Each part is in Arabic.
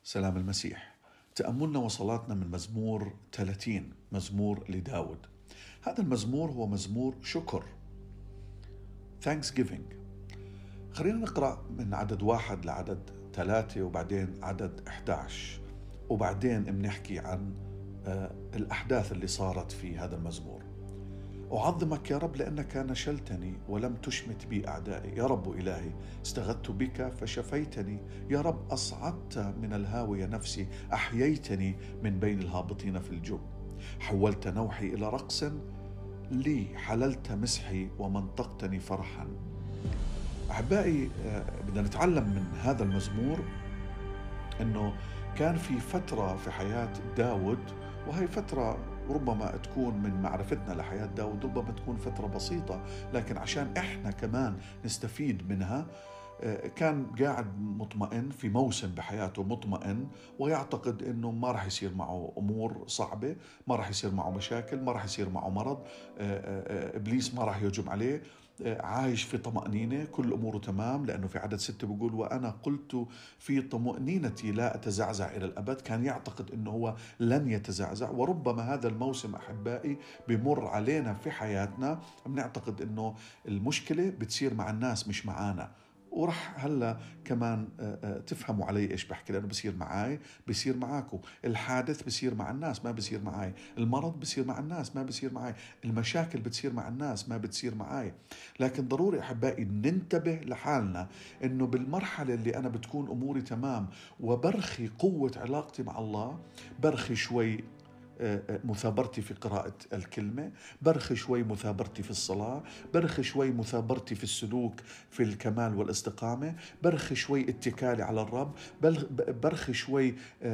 سلام المسيح. تأملنا وصلاتنا من مزمور 30، مزمور لداود. هذا المزمور هو مزمور شكر، Thanksgiving. خلينا نقرأ من عدد 1 لعدد 3 وبعدين عدد 11 وبعدين بنحكي عن الأحداث اللي صارت في هذا المزمور. أعظمك يا رب لأنك نشلتني ولم تشمت بي أعدائي. يا رب إلهي استغثت بك فشفيتني. يا رب أصعدت من الهاوية نفسي، أحييتني من بين الهابطين في الجب. حولت نوحي إلى رقص لي، حللت مسحي ومنطقتني فرحا. أحبائي، بدنا نتعلم من هذا المزمور أنه كان في فترة في حياة داود، وهي فترة ربما تكون من معرفتنا لحياة داود ربما تكون فترة بسيطة، لكن عشان إحنا كمان نستفيد منها. كان قاعد مطمئن في موسم بحياته، مطمئن ويعتقد أنه ما رح يصير معه أمور صعبة، ما رح يصير معه مشاكل، ما رح يصير معه مرض، إبليس ما رح يهجم عليه، عايش في طمأنينة، كل أموره تمام. لأنه في عدد 6 بيقول: وأنا قلت في طمأنينتي لا أتزعزع إلى الأبد. كان يعتقد أنه هو لن يتزعزع. وربما هذا الموسم أحبائي بمر علينا في حياتنا، بنعتقد أنه المشكلة بتصير مع الناس مش معانا. ورح هلا كمان تفهموا علي ايش بحكي، لانه بصير معاي بصير معاكم. الحادث بصير مع الناس ما بصير معاي، المرض بصير مع الناس ما بصير معاي، المشاكل بتصير مع الناس ما بتصير معاي. لكن ضروري احبائي ننتبه لحالنا، انه بالمرحله اللي انا بتكون اموري تمام وبرخي قوه علاقتي مع الله، برخي شوي مثابرتي في قراءة الكلمة، برخي شوي مثابرتي في الصلاة، برخي شوي مثابرتي في السلوك في الكمال والاستقامة، برخي شوي اتكالي على الرب، برخي شوي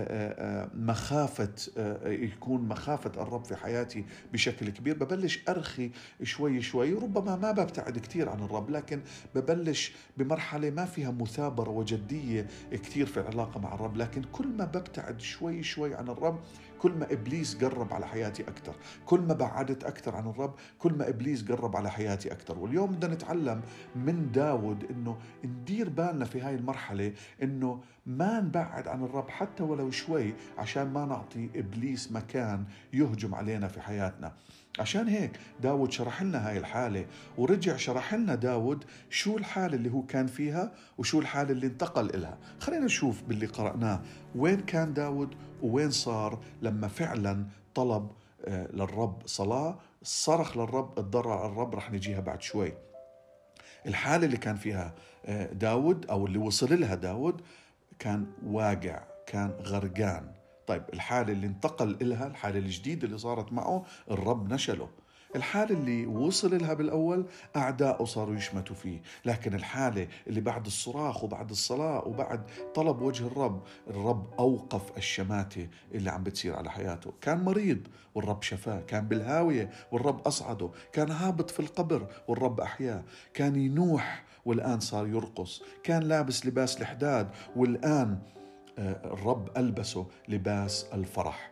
مخافة، يكون مخافة الرب في حياتي بشكل كبير. ببلش أرخي شوي شوي، ربما ما ببتعد كتير عن الرب، لكن ببلش بمرحلة ما فيها مثابرة وجدية كتير في العلاقة مع الرب. لكن كل ما ببتعد شوي شوي عن الرب، كل ما إبليس قرب على حياتي أكثر. كل ما بعدت أكثر عن الرب، كل ما إبليس قرب على حياتي أكثر. واليوم بدنا نتعلم من داود إنه ندير بالنا في هاي المرحلة، إنه ما نبعد عن الرب حتى ولو شوي، عشان ما نعطي إبليس مكان يهجم علينا في حياتنا. عشان هيك داود شرح لنا هاي الحالة، ورجع شرح لنا داود شو الحالة اللي هو كان فيها وشو الحالة اللي انتقل إلها. خلينا نشوف باللي قرأناه وين كان داود وين صار لما فعلا طلب للرب صلاة، صرخ للرب، اتضرع على الرب. رح نجيها بعد شوي. الحالة اللي كان فيها داود أو اللي وصل لها داود كان واقع، كان غرقان. طيب الحالة اللي انتقل إلها، الحالة الجديدة اللي صارت معه، الرب نشله. الحالة اللي وصل لها بالأول أعداؤه صاروا يشمتوا فيه، لكن الحالة اللي بعد الصراخ وبعد الصلاة وبعد طلب وجه الرب أوقف الشماتة اللي عم بتصير على حياته. كان مريض والرب شفاه، كان بالهاوية والرب أصعده، كان هابط في القبر والرب أحياه، كان ينوح والآن صار يرقص، كان لابس لباس الحداد والآن الرب ألبسه لباس الفرح.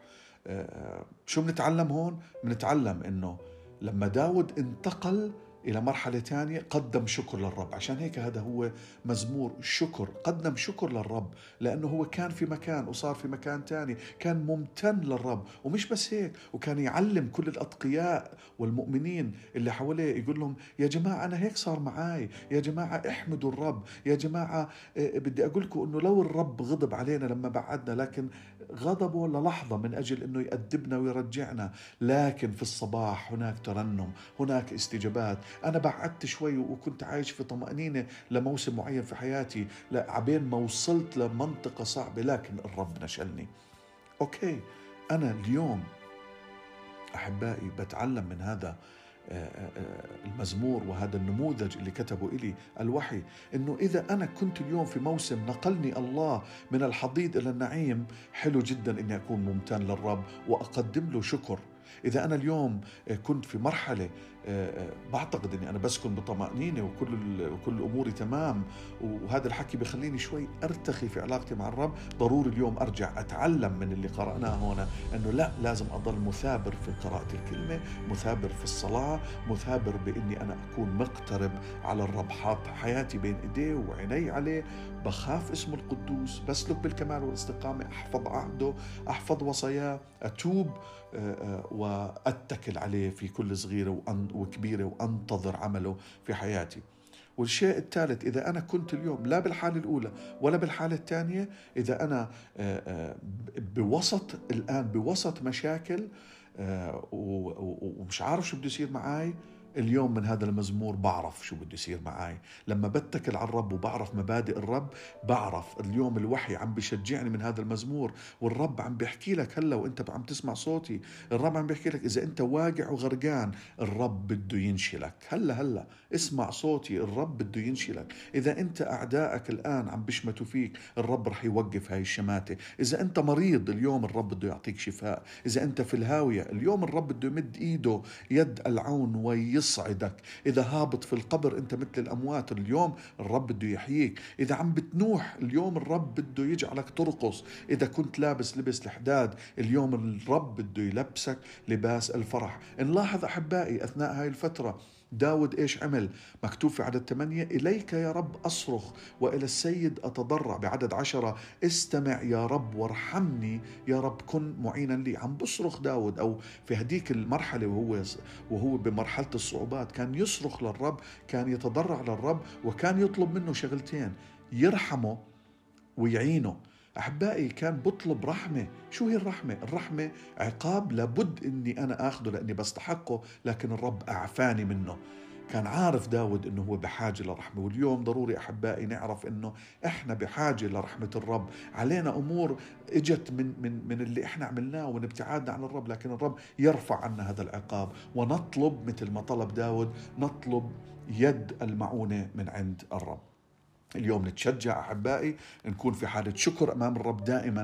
شو بنتعلم هون؟ بنتعلم إنه لما داود انتقل إلى مرحلة تانية قدم شكر للرب. عشان هيك هذا هو مزمور شكر، قدم شكر للرب، لأنه هو كان في مكان وصار في مكان تاني، كان ممتن للرب. ومش بس هيك، وكان يعلم كل الأتقياء والمؤمنين اللي حواليه، يقول لهم: يا جماعة أنا هيك صار معاي، يا جماعة احمدوا الرب، يا جماعة بدي أقول لكم أنه لو الرب غضب علينا لما بعدنا، لكن غضبه للحظة من أجل أنه يأدبنا ويرجعنا، لكن في الصباح هناك ترنم، هناك استجابات. أنا بعدت شوي وكنت عايش في طمأنينة لموسم معين في حياتي، عبين ما وصلت لمنطقة صعبة، لكن الرب نشلني. أوكي، أنا اليوم أحبائي بتعلم من هذا المزمور وهذا النموذج اللي كتبه إلي الوحي، إنه إذا أنا كنت اليوم في موسم نقلني الله من الحضيض إلى النعيم، حلو جدا إني أكون ممتن للرب وأقدم له شكر. إذا أنا اليوم كنت في مرحلة بعتقد أني أنا بسكن بطمأنينة وكل أموري تمام، وهذا الحكي بخليني شوي أرتخي في علاقتي مع الرب. ضروري اليوم أرجع أتعلم من اللي قرأناه هنا أنه لا، لازم أضل مثابر في قراءة الكلمة، مثابر في الصلاة، مثابر بإني أنا أكون مقترب على الرب، حاط حياتي بين إيديه وعيني عليه، بخاف اسمه القدوس، بسلك بالكمال والاستقامة، أحفظ عهده، أحفظ وصاياه، أتوب وأتكل عليه في كل صغيرة وكبيرة، وأنتظر عمله في حياتي. والشيء الثالث، إذا أنا كنت اليوم لا بالحالة الأولى ولا بالحالة الثانية، إذا أنا بوسط مشاكل ومش عارف شو بده يصير معاي، اليوم من هذا المزمور بعرف شو بده يصير معاي. لما بتكل على الرب وبعرف مبادئ الرب، بعرف اليوم الوحي عم بيشجعني من هذا المزمور، والرب عم بيحكي لك هلا وانت عم تسمع صوتي. الرب عم بيحكي لك إذا انت واقع وغرقان، الرب بده ينشلك. هلا اسمع صوتي، الرب بده ينشلك. إذا انت أعدائك الآن عم بشمتوا فيك، الرب رح يوقف هاي الشماتة. إذا انت مريض، اليوم الرب بده يعطيك شفاء. إذا انت في الهاوية، اليوم الرب بده يمد إيده يد العون ويصعدك. إذا هابط في القبر أنت مثل الأموات، اليوم الرب بده يحييك. إذا عم بتنوح، اليوم الرب بده يجعلك ترقص. إذا كنت لابس لبس الحداد، اليوم الرب بده يلبسك لباس الفرح. نلاحظ أحبائي أثناء هاي الفترة داود إيش عمل؟ مكتوب في عدد 8: إليك يا رب أصرخ وإلى السيد أتضرع. بعدد 10: استمع يا رب وارحمني، يا رب كن معينا لي. عم بصرخ داود، أو في هديك المرحلة وهو بمرحلة الصعوبات، كان يصرخ للرب، كان يتضرع للرب، وكان يطلب منه شغلتين: يرحمه ويعينه. أحبائي كان بطلب رحمة. شو هي الرحمة؟ الرحمة عقاب لابد أني أنا أخذه لأني بستحقه، لكن الرب أعفاني منه. كان عارف داود أنه هو بحاجة لرحمة. واليوم ضروري أحبائي نعرف أنه إحنا بحاجة لرحمة الرب. علينا أمور إجت من اللي إحنا عملناه ومن ابتعادنا عن الرب، لكن الرب يرفع عنا هذا العقاب، ونطلب مثل ما طلب داود، نطلب يد المعونة من عند الرب. اليوم نتشجع أحبائي، نكون في حالة شكر أمام الرب دائما،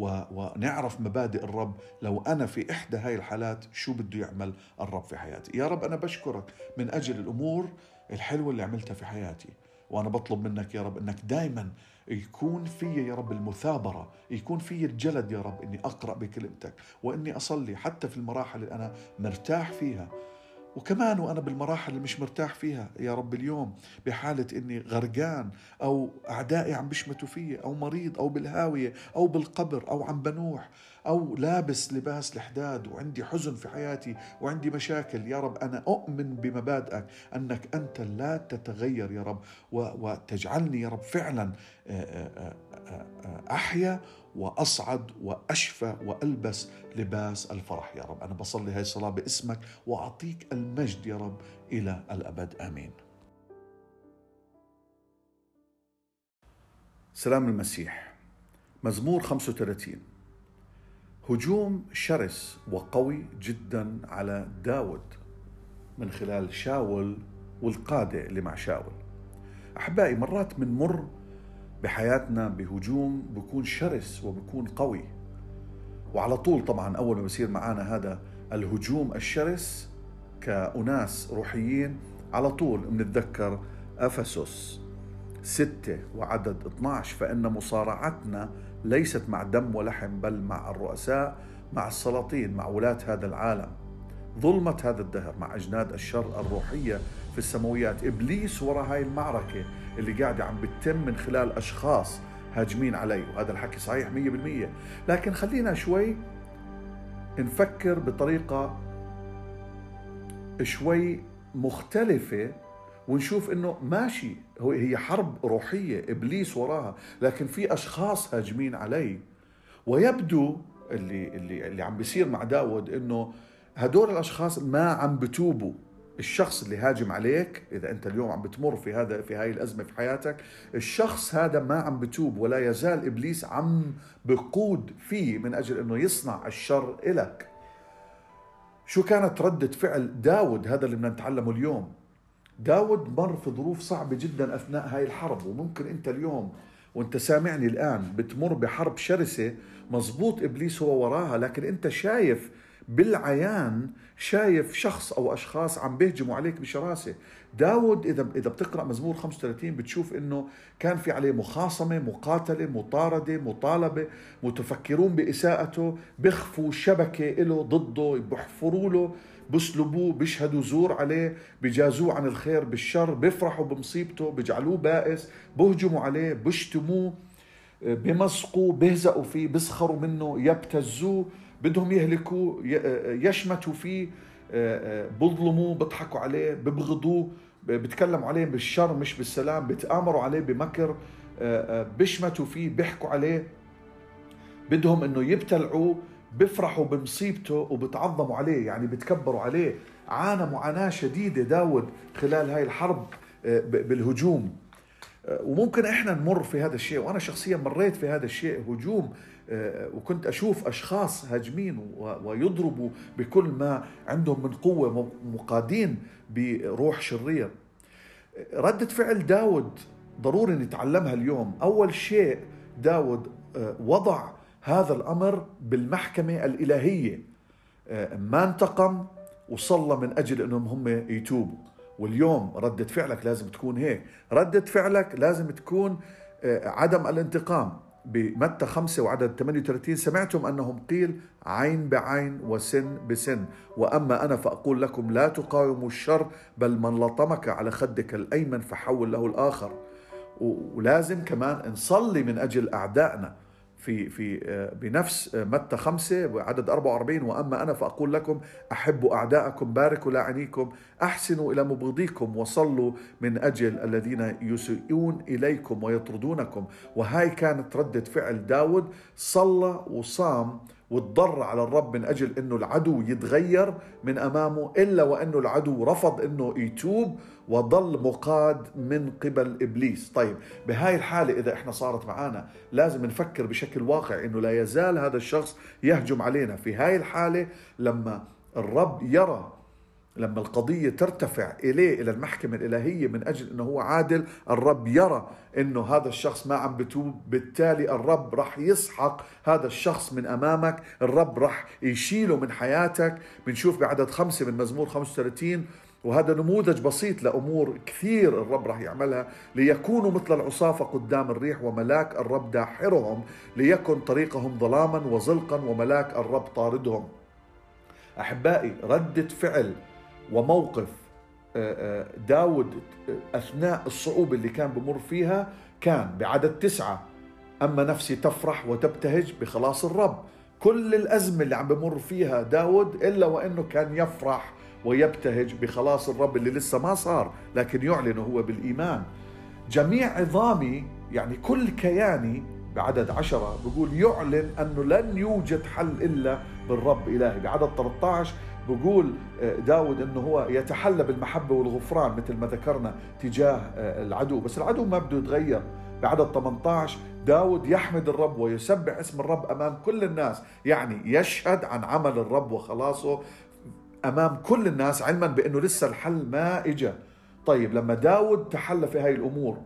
ونعرف مبادئ الرب. لو أنا في إحدى هاي الحالات، شو بده يعمل الرب في حياتي؟ يا رب أنا بشكرك من أجل الأمور الحلوة اللي عملتها في حياتي، وأنا بطلب منك يا رب أنك دائما يكون في يا رب المثابرة، يكون في الجلد يا رب إني أقرأ بكلمتك، وإني أصلي حتى في المراحل اللي أنا مرتاح فيها، وكمان وأنا بالمراحل اللي مش مرتاح فيها يا رب. اليوم بحالة إني غرقان، أو أعدائي عم بشمتوا فيه، أو مريض، أو بالهاوية، أو بالقبر، أو عم بنوح، أو لابس لباس الحداد، وعندي حزن في حياتي وعندي مشاكل، يا رب أنا أؤمن بمبادئك أنك أنت لا تتغير يا رب، وتجعلني يا رب فعلا أحيا وأصعد وأشفى وألبس لباس الفرح. يا رب أنا بصلي هاي الصلاة باسمك، وأعطيك المجد يا رب إلى الأبد، آمين. سلام المسيح. مزمور 35. هجوم شرس وقوي جدا على داود من خلال شاول والقادة اللي مع شاول. أحبائي مرات بنمر بحياتنا بهجوم بيكون شرس وبيكون قوي، وعلى طول طبعا أول ما بصير معانا هذا الهجوم الشرس كأناس روحيين، على طول بنتذكر أفسس 6 وعدد 12: فإن مصارعتنا ليست مع دم ولحم، بل مع الرؤساء، مع السلاطين، مع ولاة هذا العالم، ظلمة هذا الدهر، مع أجناد الشر الروحية في السماويات. إبليس وراء هاي المعركة اللي قاعدة عم بتتم من خلال أشخاص هاجمين علي، وهذا الحكي صحيح 100%. لكن خلينا شوي نفكر بطريقة شوي مختلفة، ونشوف انه ماشي هي حرب روحية إبليس وراها، لكن في أشخاص هاجمين علي. ويبدو اللي عم بيصير مع داود انه هدول الأشخاص ما عم بتوبوا. الشخص اللي هاجم عليك، إذا أنت اليوم عم بتمر في هاي الأزمة في حياتك، الشخص هذا ما عم بتوب، ولا يزال إبليس عم بقود فيه من أجل أنه يصنع الشر إلك. شو كانت ردة فعل داود؟ هذا اللي بدنا نتعلمه اليوم. داود مر في ظروف صعبة جدا أثناء هاي الحرب، وممكن أنت اليوم وأنت سامعني الآن بتمر بحرب شرسة. مزبوط إبليس هو وراها، لكن أنت شايف بالعيان شايف شخص أو أشخاص عم بيهجموا عليك بشراسة. داود إذا بتقرأ مزمور 35 بتشوف إنه كان في عليه مخاصمة، مقاتلة، مطاردة، مطالبة، متفكرون بإساءته، بيخفوا شبكة له ضده، بيحفروا له، بسلبوه، بيشهدوا زور عليه، بيجازوه عن الخير بالشر، بيفرحوا بمصيبته، بيجعلوه بائس، بيهجموا عليه، بيشتموه، بمسقوا، بيهزقوا فيه، بيسخروا منه، يبتزوه، بدهم يهلكوه، يشمتوا فيه، بظلموه، بيضحكوا عليه، ببغضوه، بيتكلموا عليه بالشر مش بالسلام، بيتآمروا عليه بمكر، بيشمتوا فيه، بيحكوا عليه، بدهم انه يبتلعوه، بيفرحوا بمصيبته وبتعظموا عليه، يعني بتكبروا عليه. عانى معاناة شديدة داود خلال هاي الحرب بالهجوم. وممكن احنا نمر في هذا الشيء، وانا شخصيا مريت في هذا الشيء، هجوم، وكنت اشوف اشخاص هاجمين ويضربوا بكل ما عندهم من قوة، مقادين بروح شرير. ردة فعل داود ضروري نتعلمها اليوم. اول شيء داود وضع هذا الامر بالمحكمة الالهية، ما انتقم وصلى من اجل انهم هم يتوبوا. واليوم ردة فعلك لازم تكون هيك، ردة فعلك لازم تكون عدم الانتقام. بمتى 5 وعدد 38 سمعتم أنهم قيل عين بعين وسن بسن، وأما أنا فأقول لكم لا تقاوموا الشر، بل من لطمك على خدك الأيمن فحول له الآخر. ولازم كمان نصلي من أجل أعدائنا في بنفس متى 5 وعدد 44، وأما أنا فأقول لكم أحبوا أعداءكم، باركوا لاعنيكم، أحسنوا إلى مبغضيكم، وصلوا من أجل الذين يسيئون إليكم ويطردونكم. وهاي كانت ردة فعل داود، صلى وصام وتضرع على الرب من أجل أنه العدو يتغير من أمامه، إلا وأنه العدو رفض أنه يتوب وظل مقاد من قبل إبليس. طيب بهاي الحالة إذا إحنا صارت معنا لازم نفكر بشكل واقع أنه لا يزال هذا الشخص يهجم علينا. في هاي الحالة لما الرب يرى، لما القضية ترتفع إلى المحكمة الإلهية من أجل أنه هو عادل، الرب يرى أنه هذا الشخص ما عم بتوب، بالتالي الرب رح يسحق هذا الشخص من أمامك، الرب رح يشيله من حياتك. بنشوف بعدد 5 من مزمور 35، وهذا نموذج بسيط لأمور كثير الرب رح يعملها: ليكونوا مثل العصافة قدام الريح، وملاك الرب داحرهم، ليكن طريقهم ظلاما وزلقا، وملاك الرب طاردهم. أحبائي، ردة فعل وموقف داود أثناء الصعوبة اللي كان بمر فيها كان بعدد 9: أما نفسي تفرح وتبتهج بخلاص الرب. كل الأزمة اللي عم بمر فيها داود إلا وإنه كان يفرح ويبتهج بخلاص الرب اللي لسه ما صار، لكن يعلن هو بالإيمان. جميع عظامي، يعني كل كياني، بعدد 10 بيقول يعلن أنه لن يوجد حل إلا بالرب إلهي. بعدد 13 بيقول داود أنه هو يتحلى بالمحبة والغفران مثل ما ذكرنا تجاه العدو، بس العدو ما بده يتغير. بعدد 18 داود يحمد الرب ويسبح اسم الرب أمام كل الناس، يعني يشهد عن عمل الرب وخلاصه أمام كل الناس، علما بأنه لسه الحل ما إجا. طيب لما داود تحلى في هاي الأمور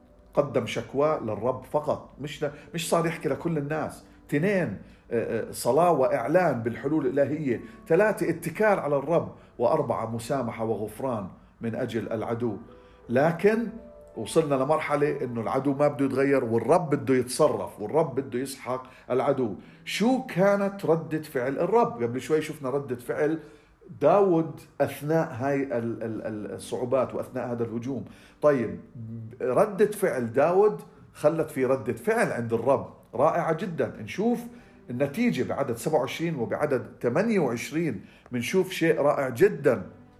قدم شكوى للرب فقط، مش صار يحكي لكل الناس. 2 صلاة وإعلان بالحلول الإلهية. 3 اتكال على الرب. 4 مسامحة وغفران من أجل العدو. لكن وصلنا لمرحلة إنه العدو ما بده يتغير، والرب بده يتصرف، والرب بده يسحق العدو. شو كانت ردة فعل الرب؟ قبل شوي شفنا ردة فعل داود أثناء هاي الصعوبات وأثناء هذا الهجوم. طيب ردة فعل داود خلت في ردة فعل عند الرب رائعة جدا. نشوف النتيجة بعدد 27 وبعدد 28، بنشوف شيء رائع جدا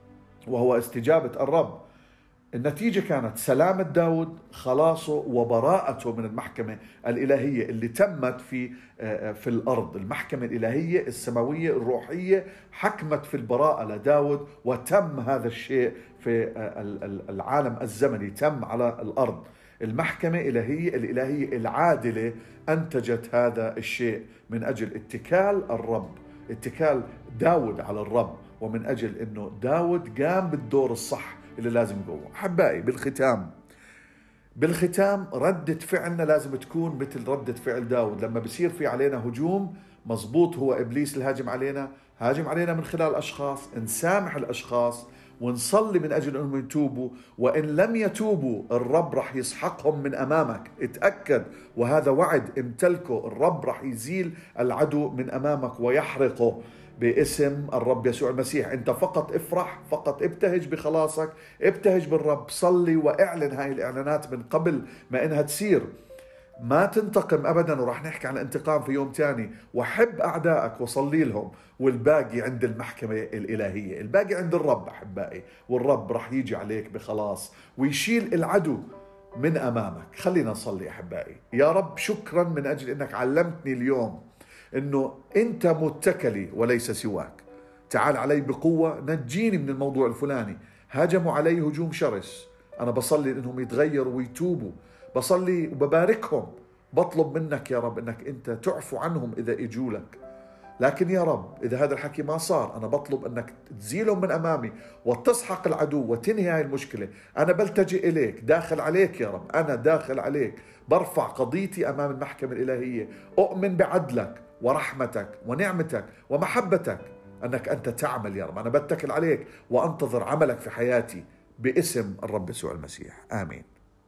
وهو استجابة الرب. النتيجة كانت سلامة داود، خلاصه وبراءته من المحكمة الإلهية اللي تمت في الأرض. المحكمة الإلهية السماوية الروحية حكمت في البراءة لداود، وتم هذا الشيء في العالم الزمني، تم على الأرض. المحكمة الإلهية العادلة أنتجت هذا الشيء من أجل اتكال الرب، اتكال داود على الرب، ومن أجل أنه داود قام بالدور الصح اللي لازم يقوم. أحبائي، بالختام بالختام ردة فعلنا لازم تكون مثل ردة فعل داود. لما بصير في علينا هجوم، مزبوط هو إبليس الهاجم علينا، هاجم علينا من خلال أشخاص، نسامح الأشخاص ونصلي من أجل أنهم يتوبوا، وإن لم يتوبوا الرب رح يسحقهم من أمامك، اتأكد، وهذا وعد امتلكه، الرب رح يزيل العدو من أمامك ويحرقه باسم الرب يسوع المسيح. انت فقط افرح، فقط ابتهج بخلاصك، ابتهج بالرب، صلي واعلن هاي الاعلانات من قبل ما انها تصير. ما تنتقم ابدا، وراح نحكي عن الانتقام في يوم تاني. وحب اعدائك وصلي لهم، والباقي عند المحكمة الالهية، الباقي عند الرب احبائي، والرب راح يجي عليك بخلاص ويشيل العدو من امامك. خلينا نصلي احبائي. يا رب شكرا من اجل انك علمتني اليوم انه انت متكلي وليس سواك. تعال علي بقوة، نجيني من الموضوع الفلاني. هاجموا علي هجوم شرس، انا بصلي انهم يتغيروا ويتوبوا، بصلي وبباركهم، بطلب منك يا رب انك انت تعفو عنهم اذا اجوا لك. لكن يا رب إذا هذا الحكي ما صار، أنا بطلب أنك تزيلهم من أمامي وتسحق العدو وتنهي هاي المشكلة. أنا بلتجئ إليك، داخل عليك يا رب، أنا داخل عليك، برفع قضيتي أمام المحكمة الإلهية، أؤمن بعدلك ورحمتك ونعمتك ومحبتك، أنك أنت تعمل يا رب. أنا بتكل عليك وأنتظر عملك في حياتي باسم الرب يسوع المسيح، آمين.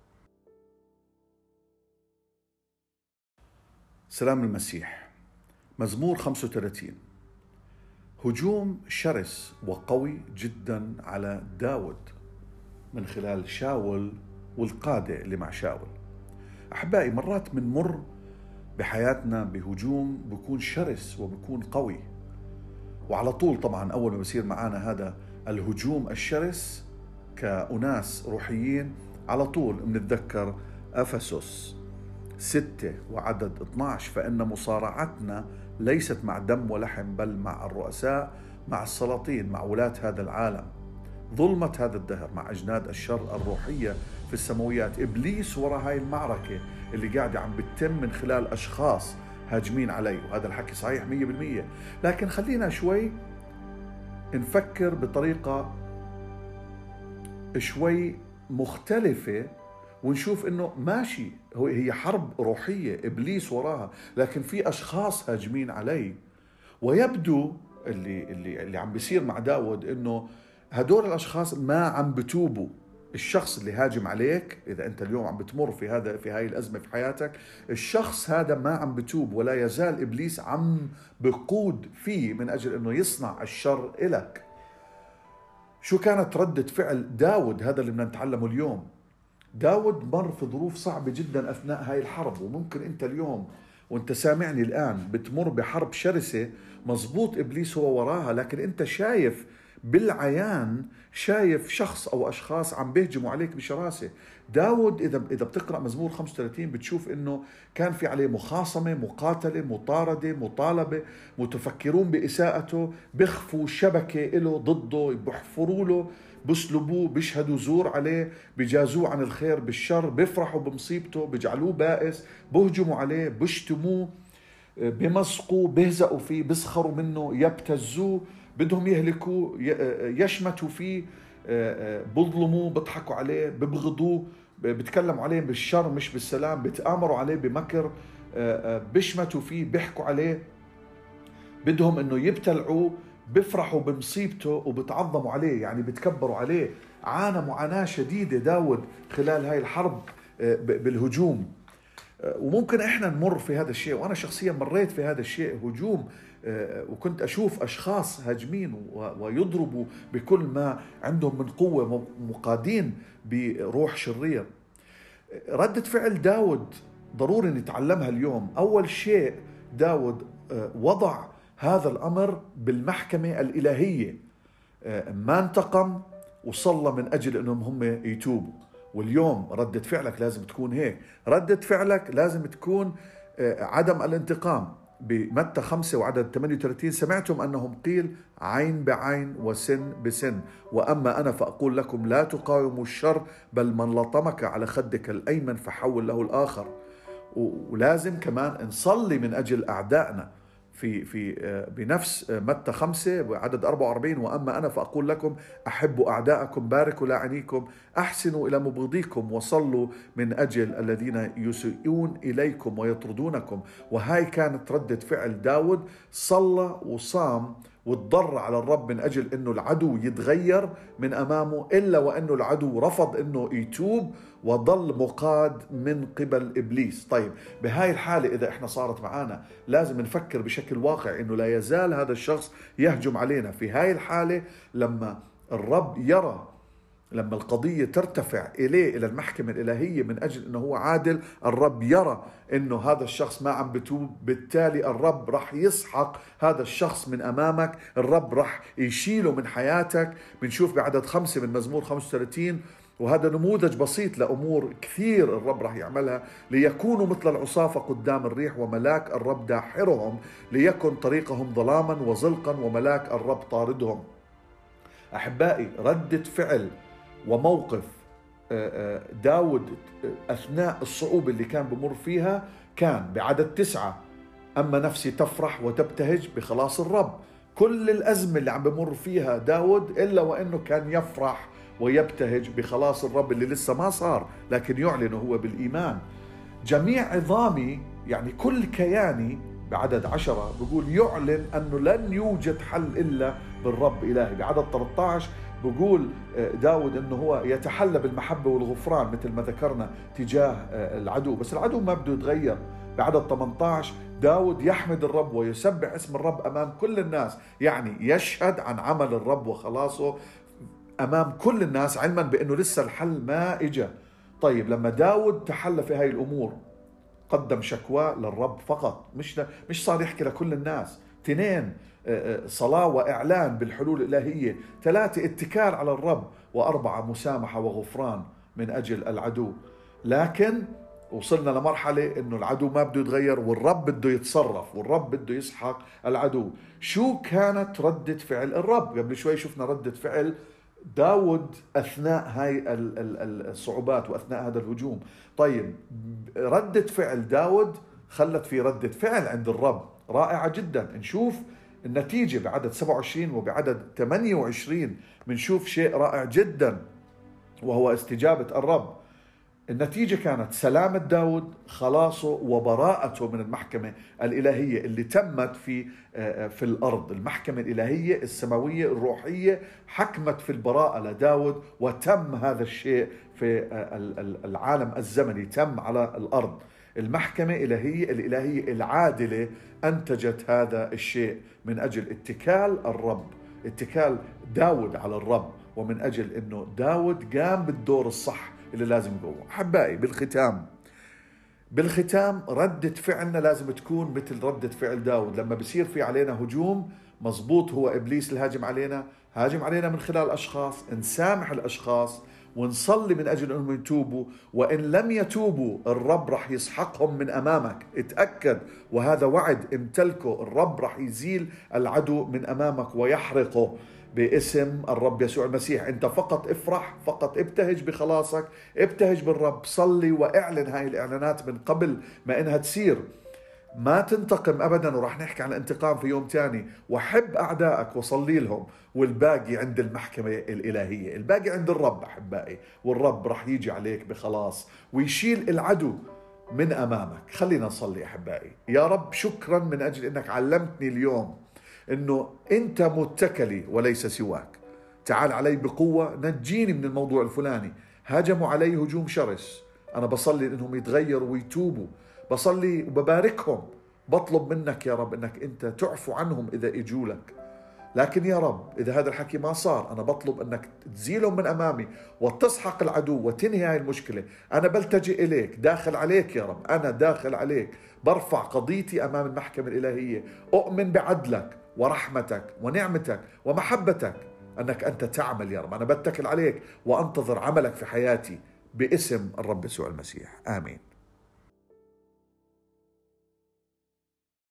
سلام المسيح. مزمور 35. هجوم شرس وقوي جدا على داود من خلال شاول والقادة اللي مع شاول. أحبائي مرات بنمر بحياتنا بهجوم بيكون شرس وبيكون قوي، وعلى طول طبعا أول ما بصير معنا هذا الهجوم الشرس كأناس روحيين، على طول بنتذكر أفسس 6 وعدد 12: فإن مصارعتنا ليست مع دم ولحم بل مع الرؤساء، مع السلاطين، مع ولاة هذا العالم، ظلمة هذا الدهر، مع أجناد الشر الروحية في السماويات. إبليس وراء هاي المعركة اللي قاعدة عم بتتم من خلال أشخاص هاجمين علي، وهذا الحكي صحيح 100%. لكن خلينا شوي نفكر بطريقة شوي مختلفة ونشوف انه ماشي، هي حرب روحية ابليس وراها، لكن في اشخاص هاجمين علي. ويبدو اللي عم بيصير مع داود انه هدول الاشخاص ما عم بتوبوا. الشخص اللي هاجم عليك، اذا انت اليوم عم بتمر في هاي الازمة في حياتك، الشخص هذا ما عم بتوب، ولا يزال ابليس عم بقود فيه من اجل انه يصنع الشر إلك. شو كانت ردة فعل داود؟ هذا اللي بدنا نتعلمه اليوم. داود مر في ظروف صعبة جدا أثناء هاي الحرب، وممكن أنت اليوم وأنت سامعني الآن بتمر بحرب شرسة، مزبوط إبليس هو وراها، لكن أنت شايف بالعيان، شايف شخص أو أشخاص عم بيهجموا عليك بشراسة. داود إذا بتقرأ مزمور 35 بتشوف إنه كان في عليه مخاصمة، مقاتلة، مطاردة، مطالبة، متفكرون بإساءته، بيخفوا شبكة له ضده، بيحفروا له، بسلبوه، بيشهدوا زور عليه، بيجازوه عن الخير بالشر، بيفرحوا بمصيبته، بيجعلوه بائس، بيهجموا عليه، بيشتموه، بمسقوا، بيهزقوا فيه، بيسخروا منه، يبتزوه، بدهم يهلكوه، يشمتوا فيه، بظلموه، بيضحكوا عليه، ببغضوه، بيتكلموا عليه بالشر مش بالسلام، بيتآمروا عليه بمكر، بيشمتوا فيه، بيحكوا عليه، بدهم انه يبتلعوه، بيفرحوا بمصيبته وبتعظموا عليه، يعني بتكبروا عليه. عانى معاناة شديدة داود خلال هاي الحرب بالهجوم. وممكن احنا نمر في هذا الشيء، وانا شخصيا مريت في هذا الشيء، هجوم، وكنت اشوف اشخاص هاجمين ويضربوا بكل ما عندهم من قوة، مقادين بروح شرير. ردة فعل داود ضروري نتعلمها اليوم. اول شيء داود وضع هذا الأمر بالمحكمة الإلهية، ما انتقم وصلى من أجل أنهم هم يتوبوا. واليوم ردة فعلك لازم تكون هيك، ردة فعلك لازم تكون عدم الانتقام. بمتى 5 وعدد 38: سمعتم أنهم قيل عين بعين وسن بسن، وأما أنا فأقول لكم لا تقاوموا الشر، بل من لطمك على خدك الأيمن فحول له الآخر. ولازم كمان نصلي من أجل أعدائنا. بنفس متى 5 عدد 44: وأما أنا فأقول لكم أحبوا أعداءكم، باركوا لاعنيكم، أحسنوا إلى مبغضيكم، وصلوا من أجل الذين يسيئون إليكم ويطردونكم. وهاي كانت ردة فعل داود، صلى وصام وتضرع على الرب من أجل أنه العدو يتغير من أمامه، إلا وأنه العدو رفض أنه يتوب وظل مقاد من قبل إبليس. طيب بهاي الحالة إذا إحنا صارت معنا لازم نفكر بشكل واقع أنه لا يزال هذا الشخص يهجم علينا. في هاي الحالة لما الرب يرى، لما القضية ترتفع إلى المحكمة الإلهية من أجل أنه هو عادل، الرب يرى أنه هذا الشخص ما عم بتوب، بالتالي الرب رح يسحق هذا الشخص من أمامك، الرب رح يشيله من حياتك. بنشوف بعدد 5 من مزمور 35، وهذا نموذج بسيط لأمور كثير الرب رح يعملها: ليكونوا مثل العصافة قدام الريح، وملاك الرب داحرهم، ليكن طريقهم ظلاما وزلقا، وملاك الرب طاردهم. أحبائي، ردة فعل وموقف داود أثناء الصعوبة اللي كان بمر فيها كان بعدد 9: أما نفسي تفرح وتبتهج بخلاص الرب. كل الأزمة اللي عم بمر فيها داود إلا وأنه كان يفرح ويبتهج بخلاص الرب اللي لسه ما صار، لكن يعلن هو بالإيمان. جميع عظامي، يعني كل كياني، بعدد 10 بقول يعلن أنه لن يوجد حل إلا بالرب إلهي. بعدد 13 بقول داود أنه هو يتحلى بالمحبة والغفران مثل ما ذكرنا تجاه العدو، بس العدو ما بده يتغير. بعدد 18 داود يحمد الرب ويسبح اسم الرب أمام كل الناس، يعني يشهد عن عمل الرب وخلاصه أمام كل الناس، علما بأنه لسه الحل ما إجا. طيب لما داود تحلى في هاي الأمور قدم شكوى للرب فقط، مش صار يحكي لكل الناس. 2 صلاة وإعلان بالحلول الإلهية. 3 اتكال على الرب. 4 مسامحة وغفران من أجل العدو. لكن وصلنا لمرحلة إنه العدو ما بده يتغير، والرب بده يتصرف، والرب بده يسحق العدو. شو كانت ردة فعل الرب؟ قبل شوي شفنا ردة فعل داود أثناء هاي الصعوبات وأثناء هذا الهجوم. طيب ردة فعل داود خلت في ردة فعل عند الرب رائعة جدا. نشوف النتيجة بعدد 27 وبعدد 28 بنشوف شيء رائع جدا، وهو استجابة الرب. النتيجة كانت سلامة داود، خلاصه وبراءته من المحكمة الإلهية اللي تمت في الأرض. المحكمة الإلهية السماوية الروحية حكمت في البراءة لداود، وتم هذا الشيء في العالم الزمني، تم على الأرض. المحكمة الإلهية العادلة أنتجت هذا الشيء من أجل اتكال الرب، اتكال داود على الرب، ومن أجل أنه داود قام بالدور الصح اللي لازم يقوم. أحبائي، بالختام ردة فعلنا لازم تكون مثل ردة فعل داود. لما بصير في علينا هجوم، مزبوط هو إبليس اللي هاجم علينا من خلال أشخاص، نسامح الأشخاص ونصلي من أجل أنهم يتوبوا، وإن لم يتوبوا الرب رح يسحقهم من أمامك. اتأكد، وهذا وعد امتلكه، الرب رح يزيل العدو من أمامك ويحرقه باسم الرب يسوع المسيح. انت فقط افرح، فقط ابتهج بخلاصك، ابتهج بالرب، صلي واعلن هاي الاعلانات من قبل ما انها تصير. ما تنتقم ابدا، وراح نحكي عن الانتقام في يوم تاني. وحب اعدائك وصلي لهم، والباقي عند المحكمة الالهية، الباقي عند الرب احبائي، والرب راح يجي عليك بخلاص ويشيل العدو من امامك. خلينا نصلي احبائي. يا رب، شكرا من اجل انك علمتني اليوم انه انت متكلي وليس سواك. تعال علي بقوة، نجيني من الموضوع الفلاني. هاجموا علي هجوم شرس، انا بصلي انهم يتغيروا ويتوبوا، بصلي وبباركهم، بطلب منك يا رب انك انت تعفو عنهم اذا اجوا لك. لكن يا رب اذا هذا الحكي ما صار، انا بطلب انك تزيلهم من امامي وتسحق العدو وتنهي هاي المشكلة. انا بلتجئ اليك، داخل عليك يا رب، انا داخل عليك، برفع قضيتي امام المحكمة الالهية، اؤمن بعدلك ورحمتك ونعمتك ومحبتك، أنك أنت تعمل يا رب. أنا بتكل عليك وأنتظر عملك في حياتي باسم الرب يسوع المسيح، آمين.